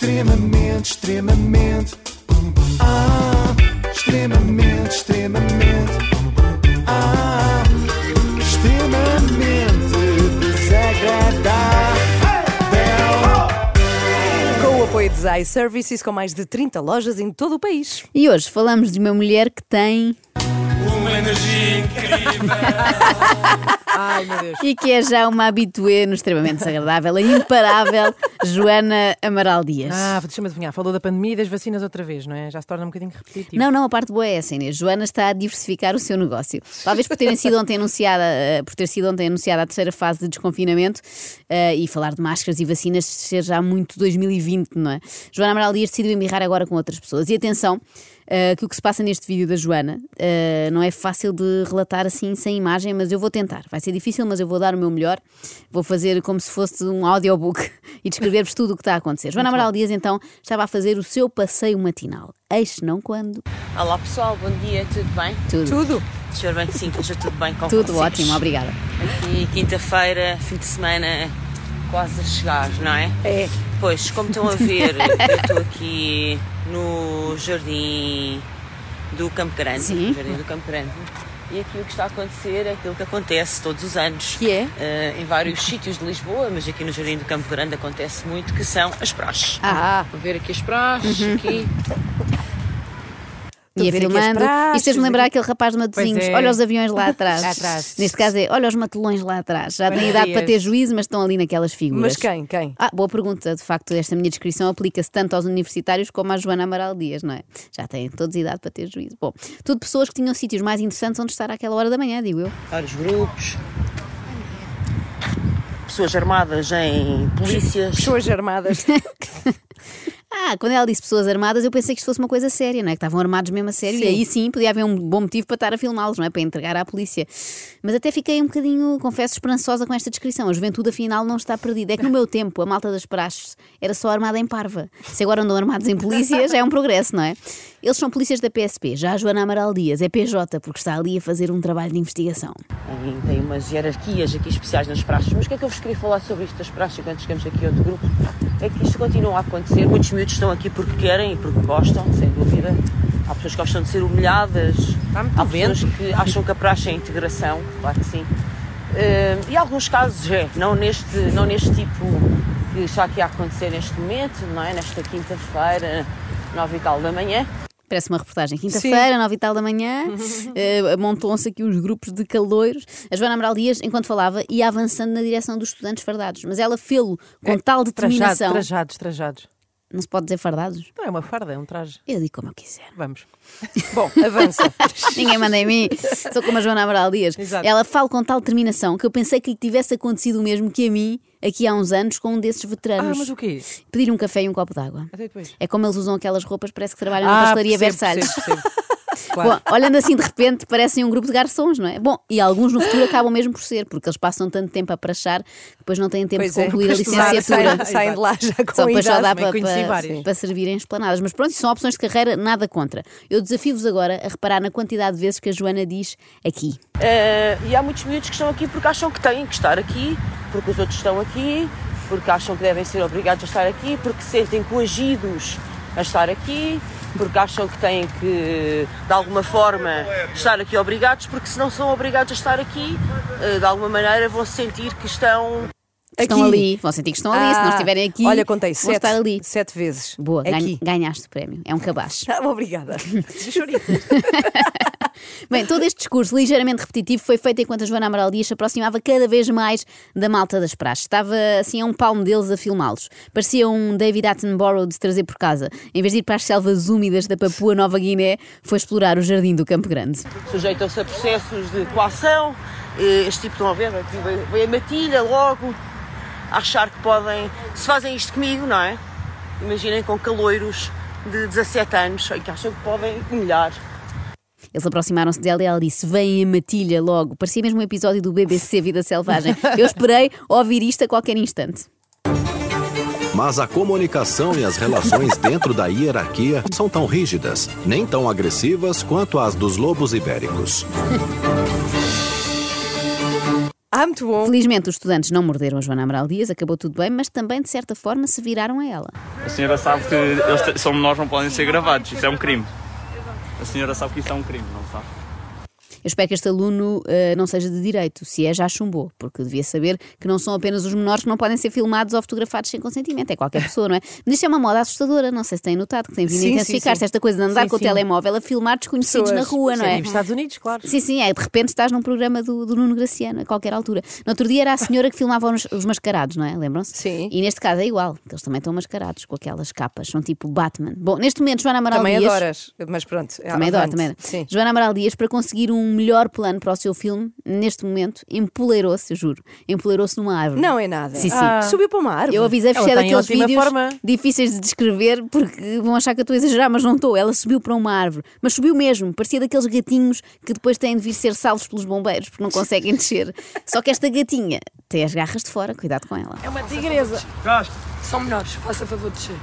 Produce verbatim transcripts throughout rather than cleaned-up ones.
Extremamente, extremamente. Ah, extremamente, extremamente. Ah, extremamente desagradável. Com o apoio de Zai Services, com mais de trinta lojas em todo o país. E hoje falamos de uma mulher que tem... uma energia incrível. Ai, meu Deus. E que é já uma habitué no extremamente desagradável, a imparável Joana Amaral Dias. Ah, deixa-me adivinhar, falou da pandemia e das vacinas outra vez, não é? Já se torna um bocadinho repetitivo. Não, não, a parte boa é essa, Inês. Joana está a diversificar o seu negócio. Talvez por, terem sido ontem anunciada, por ter sido ontem anunciada a terceira fase de desconfinamento uh, e falar de máscaras e vacinas ser já muito dois mil e vinte, não é? Joana Amaral Dias decidiu embirrar agora com outras pessoas. E atenção, uh, que o que se passa neste vídeo da Joana uh, não é fácil de relatar assim sem imagem, mas eu vou tentar. Vai ser difícil, mas eu vou dar o meu melhor. Vou fazer como se fosse um audiobook e descrever-vos tudo o que está a acontecer. Joana Amaral Dias, então, estava a fazer o seu passeio matinal. Eis não quando. Olá pessoal, bom dia, tudo bem? Tudo. Tudo. Espero bem que sim, que esteja tudo bem com Tudo vocês. ótimo, obrigada. Aqui, quinta-feira, fim de semana, quase a chegar, não é? É. Pois, como estão a ver, eu estou aqui no Jardim do Campo Grande. Sim. Jardim do Campo Grande. E aqui o que está a acontecer é aquilo que acontece todos os anos. Que é? Uh, em vários sítios de Lisboa, mas aqui no Jardim do Campo Grande acontece muito, que são as praxes. Ah. Vou ver aqui as praxes, Uhum. aqui. Ia ver aqui as filmando. praxes, Isto fez-me lembrar aqui. aquele rapaz de Matosinhos. Pois é. Olha os aviões lá atrás. Lá atrás. Neste caso é, olha os matelões lá atrás. Já têm Buenos idade para dias. ter juízo, mas estão ali naquelas figuras. Mas quem? Quem? Ah, boa pergunta. De facto, esta minha descrição aplica-se tanto aos universitários como à Joana Amaral Dias, não é? Já têm todos idade para ter juízo. Bom, tudo pessoas que tinham sítios mais interessantes onde estar àquela hora da manhã, digo eu. Vários grupos, pessoas armadas em polícias. Pessoas armadas. Ah, quando ela disse pessoas armadas, eu pensei que isto fosse uma coisa séria, não é? Que estavam armados mesmo a sério. Sim. E aí sim podia haver um bom motivo para estar a filmá-los, não é? Para entregar à polícia. Mas até fiquei um bocadinho, confesso, esperançosa com esta descrição. A juventude, afinal, não está perdida. É que no meu tempo, a malta das praxes era só armada em parva. Se agora andam armados em polícia, já é um progresso, não é? Eles são polícias da P S P. Já a Joana Amaral Dias é P J, porque está ali a fazer um trabalho de investigação. E tem umas hierarquias aqui especiais nas praxes. Mas o que é que eu vos queria falar sobre isto das praxes enquanto chegamos aqui a outro grupo? É que isto continua a acontecer. Muitos miúdos estão aqui porque querem e porque gostam, sem dúvida. Há pessoas que gostam de ser humilhadas. Há muito Há pessoas vento. que acham que a praxe é integração, claro que sim. Uh, e alguns casos é, não neste, não neste tipo que está aqui a acontecer neste momento, não é? Nesta quinta-feira, nove e tal da manhã. Parece uma reportagem. Quinta-feira, nove e tal da manhã, uh, montam-se aqui uns grupos de caloiros. A Joana Amaral Dias, enquanto falava, ia avançando na direção dos estudantes fardados. Mas ela fê-lo com É, tal determinação... Trajados, trajados, trajados. Não se pode dizer fardados? Não é uma farda, é um traje. Eu digo como eu quiser. Vamos. Bom, avança. Ninguém manda em mim. Sou como a Joana Amaral Dias. Exato. Ela fala com tal determinação que eu pensei que lhe tivesse acontecido o mesmo que a mim, aqui há uns anos, com um desses veteranos. Ah, mas o quê? Pedir um café e um copo d'água. Até depois. É como eles usam aquelas roupas, parece que trabalham na pastelaria percebo, Versalhes. percebo, percebo. Claro. Bom, olhando assim de repente, parecem um grupo de garçons, não é? Bom, e alguns no futuro acabam mesmo por ser, porque eles passam tanto tempo a prachar que depois não têm tempo Pois de é, concluir a depois saem- licenciatura. Saem, saem de lá já com Só depois só idade. dá Também para, conheci para, vários. para servir em esplanadas. Mas pronto, são opções de carreira, nada contra. Eu desafio-vos agora a reparar na quantidade de vezes que a Joana diz aqui. Uh, e há muitos miúdos que estão aqui porque acham que têm que estar aqui, porque os outros estão aqui, porque acham que devem ser obrigados a estar aqui, porque se sentem coagidos a estar aqui, porque acham que têm que, de alguma forma, estar aqui obrigados, porque se não são obrigados a estar aqui, uh, de alguma maneira vão sentir que estão... Estão Aqui. ali, vão sentir que estão ali, se não Ah, estiverem aqui, olha, contei vão sete, estar ali. sete vezes. Boa, ganha- Aqui. ganhaste o prémio. É um cabaz. Ah, obrigada. Bem, todo este discurso ligeiramente repetitivo foi feito enquanto a Joana Amaral Dias se aproximava cada vez mais da malta das praxes. Estava assim a um palmo deles a filmá-los. Parecia um David Attenborough de se trazer por casa. Em vez de ir para as selvas úmidas da Papua Nova Guiné, foi explorar o jardim do Campo Grande. Sujeitam-se a processos de coação, este tipo, estão a ver, vem a matilha logo, a achar que podem, se fazem isto comigo, não é? Imaginem com caloiros de dezassete anos, que acham que podem humilhar. Eles aproximaram-se dela e ela disse: vem a matilha logo. Parecia mesmo um episódio do B B C Vida Selvagem. Eu esperei ouvir isto a qualquer instante. Mas a comunicação e as relações dentro da hierarquia são tão rígidas, nem tão agressivas quanto as dos lobos ibéricos. Ah, muito bom. Felizmente os estudantes não morderam a Joana Amaral Dias, acabou tudo bem, mas também de certa forma se viraram a ela. A senhora sabe que eles são menores, não podem ser gravados, isso é um crime. A senhora sabe que isso é um crime, não sabe? Eu espero que este aluno uh, não seja de direito, se é já chumbou, porque devia saber que não são apenas os menores que não podem ser filmados ou fotografados sem consentimento, é qualquer pessoa, não é? Mas isto é uma moda assustadora, não sei se têm notado, que tem vindo a intensificar-se esta coisa de andar sim, com sim. o telemóvel a filmar desconhecidos Pessoas. na rua, não é? Nos Estados Unidos, claro. Sim, sim, é, de repente estás num programa do, do Nuno Graciano, a qualquer altura. No outro dia era a senhora que filmava os, os mascarados, não é? Lembram-se? Sim. E neste caso é igual, que eles também estão mascarados com aquelas capas, são tipo Batman. Bom, neste momento Joana Amaral Também Dias... adoras, mas pronto. Também adoro, avante. também. Sim. Joana Amaral Dias, para conseguir um melhor plano para o seu filme, neste momento, empoleirou-se, eu juro, empoleirou-se numa árvore. Não é nada. Sim, sim. Ah. Subiu para uma árvore. Eu avisei-vos Ela que é está em daqueles ótima vídeos forma. difíceis de descrever porque vão achar que eu estou a exagerar, mas não estou. Ela subiu para uma árvore, mas subiu mesmo. Parecia daqueles gatinhos que depois têm de vir ser salvos pelos bombeiros porque não conseguem descer. Só que esta gatinha tem as garras de fora, cuidado com ela. É uma tigresa. São menores, faça favor de descer.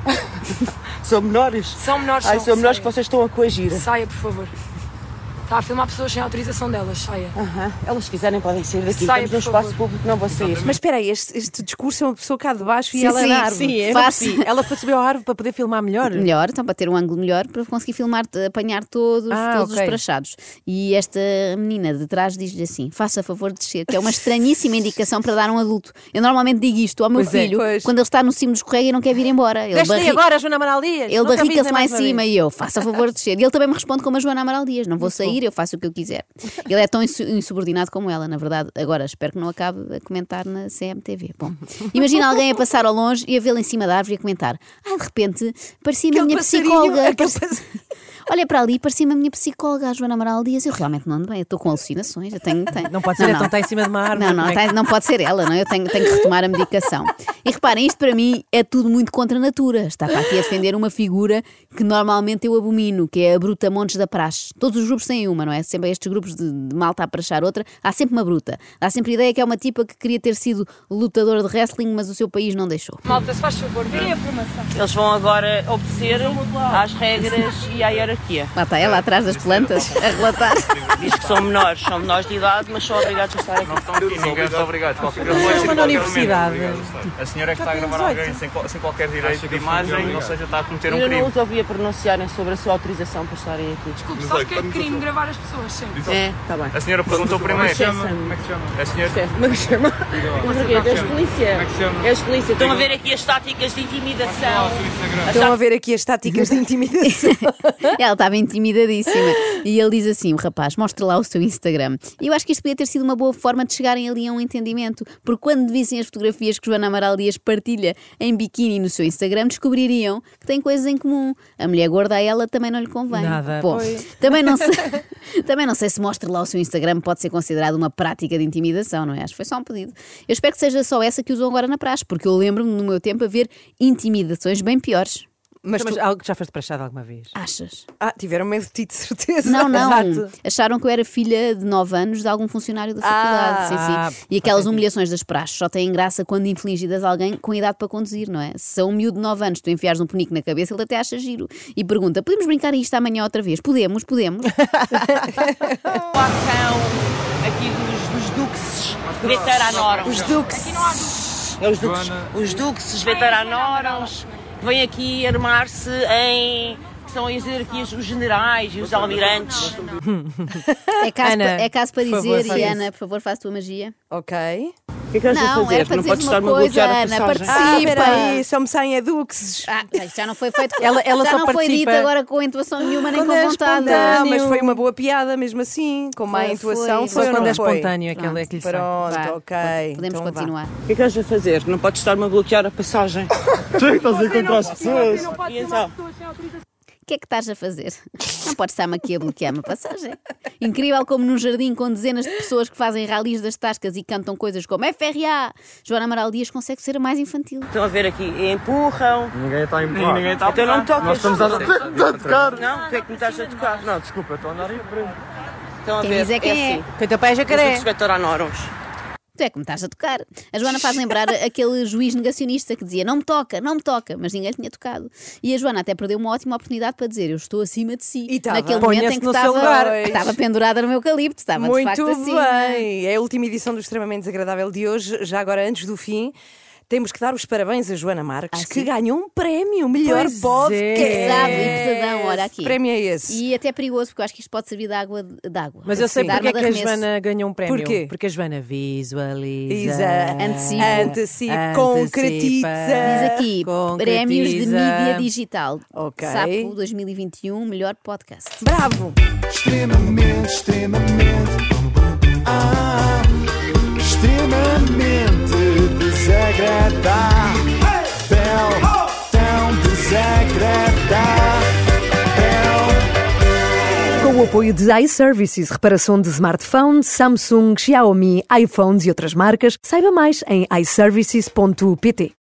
São menores? São menores, Ai, são. são menores que Saia. vocês estão a coagir. Saia, por favor. Está a filmar pessoas sem autorização delas, saia. Aham. Elas se quiserem podem sair daqui. Saia, Estamos num por espaço favor. público, não vou sair. Mas espera aí, este, este discurso é uma pessoa cá de baixo e Sim, ela sim, na árvore. Sim, eu Faço. percebi. Ela foi subir à árvore para poder filmar melhor. Melhor, então para ter um ângulo melhor, para conseguir filmar, apanhar todos, Ah, todos ok. os prachados. E esta menina de trás diz-lhe assim: faça favor de descer, que é uma estranhíssima indicação para dar a um adulto. Eu normalmente digo isto ao meu Pois é, filho pois. quando ele está no cimo do escorrego e não quer vir embora. Ele Desce daí barri- agora, Joana Amaral Dias. Ele Nunca barrica-se vi mais uma cima vez. e eu, faça favor de descer. E ele também me responde como a Joana Amaral Dias: não vou sair, eu faço o que eu quiser. Ele é tão insu- insubordinado como ela, na verdade. Agora, espero que não acabe a comentar na C M T V. Bom, imagina alguém a passar ao longe e a vê-la em cima da árvore e a comentar: ai, de repente, parecia-me a Aquele minha passarinho, psicóloga. aquele Parece- Olha para ali, parecia-me a minha psicóloga, a Joana Amaral Dias. Eu realmente não ando bem, eu estou com alucinações. Eu tenho, tenho... Não pode ser, então está em cima de uma árvore. Não, não, Como é que- tá- não pode ser ela, não? Eu tenho, tenho que retomar a medicação. E reparem, isto para mim é tudo muito contra a natura. Está para aqui a defender uma figura que normalmente eu abomino, que é a Bruta Montes da Praxe. Todos os grupos têm uma, não é? Sempre estes grupos de, de malta a praxar outra, há sempre uma bruta. Há sempre a ideia que é uma tipa que queria ter sido lutadora de wrestling, mas o seu país não deixou. Malta, se faz favor, virem a formação. Eles vão agora obedecer às regras e à hierarquia. Lá está ela atrás das plantas a relatar. Diz que são menores, são menores de idade, mas são obrigados a estar aqui. Não estão aqui, ninguém está obrigado. Qualquer coisa, Mas em na qualquer universidade. momento. A senhora é que está a gravar alguém sem, qual- sem qualquer direito de imagem, ou seja, está a cometer um Eu não crime. os ouvia pronunciarem sobre a sua autorização para estarem aqui. Desculpe, sabe que é crime gravar as pessoas, sempre. É, está bem. A senhora perguntou primeiro. Como é que chama? A senhora... Como é que chama? Mas o quê? És polícia? És polícia. Estão a ver aqui as táticas de intimidação. Estão a ver aqui as táticas de intimidação. Ela estava intimidadíssima. E ele diz assim: o rapaz, mostra lá o seu Instagram. E eu acho que isto podia ter sido uma boa forma de chegarem ali a um entendimento, porque quando vissem as fotografias que Joana Amaral Dias partilha em biquíni no seu Instagram, descobririam que têm coisas em comum. A mulher gorda a ela também não lhe convém. Nada. Bom, Pois. também não, sei, também não sei se mostra lá o seu Instagram pode ser considerado uma prática de intimidação, não é? Acho que foi só um pedido. Eu espero que seja só essa que usam agora na praxe, porque eu lembro-me no meu tempo haver intimidações bem piores. Mas Mas tu... algo que já foste praxado alguma vez? Achas? Ah, tiveram medo de ti, de certeza. Não, não. Exato. Acharam que eu era filha de nove anos de algum funcionário da faculdade. Ah, sim, sim. ah, E aquelas faz sentido. humilhações das praxes só têm graça quando infligidas a alguém com idade para conduzir, não é? Se a um miúdo de nove anos tu enfiares um penico na cabeça, ele até acha giro. E pergunta: podemos brincar isto amanhã outra vez? Podemos, podemos. A ação aqui dos, dos duxes veteranórons. Os duques. É os duques, os duques veteranórons que vêm aqui armar-se em... Estão a dizer aqui os, os generais e os almirantes. É caso, Ana, pa- é caso para por dizer, favor, faz e isso. Ana, por favor, faz tua magia. Ok. O que é que estás a Não, fazer? era para Não podes dizer estar-me uma a bloquear a coisa, Ana, passagem. participa. Ah, Sim, espera pá. aí, só me saem eduques. Ah, isto já não foi feito Ela- ela já só não foi participa- dito agora com intuação nenhuma nem Quando com é vontade. espontâneo. Mas foi uma boa piada mesmo assim, com má Foi, intuação. foi. Foi, Só ou quando não é foi? espontâneo, aquele é que lhe sai. Pronto, Vá, ok. podemos então vá. continuar. O que é que estás a fazer? Não podes estar-me a bloquear a passagem. Tu é que estás a encontrar as pessoas. E então? O que é que estás a fazer? Não podes estar-me aqui a bloquear uma passagem. Incrível como num jardim com dezenas de pessoas que fazem ralis das tascas e cantam coisas como F R A, Joana Amaral Dias consegue ser a mais infantil. Estão a ver aqui, empurram. Ninguém está a empurrar. Ninguém está a Então não tocas. Nós estamos a... a tocar. Não, tu é que me estás a tocar. Não, desculpa, estou a andar aí por aí. Estão a Quem ver, diz é quem é. assim. Quem teu pai é Os jacaré. duques veteranórons. Tu é que me estás a tocar. A Joana faz lembrar aquele juiz negacionista que dizia não me toca, não me toca, mas ninguém lhe tinha tocado. E a Joana até perdeu uma ótima oportunidade para dizer eu estou acima de si. E tava. Naquele momento Ponha-se em que no seu estava, lugar. estava pendurada no meu eucalipto, estava Muito de facto assim. bem. É a última edição do Extremamente Desagradável de hoje. Já agora, antes do fim, temos que dar os parabéns a Joana Marques, Ah, que sim? ganhou um prémio, melhor Pois podcast. é. Pesado e pesadão, olha aqui. Que prémio é esse? E até perigoso, porque eu acho que isto pode servir de água. De água. Mas eu sei Sim. porque é Arma que a de arremesso. Joana ganhou um prémio. Porquê? Porque a Joana visualiza, Isa, Antecipa. antecipa, concretiza. Diz aqui, prémios de concretiza. mídia digital. Ok. Sapo dois mil e vinte e um, melhor podcast. Bravo! Extremamente, extremamente. Ah, extremamente desagradável. Tão desagradável. Com o apoio de iServices, reparação de smartphones, Samsung, Xiaomi, iPhones e outras marcas, saiba mais em i services ponto pt.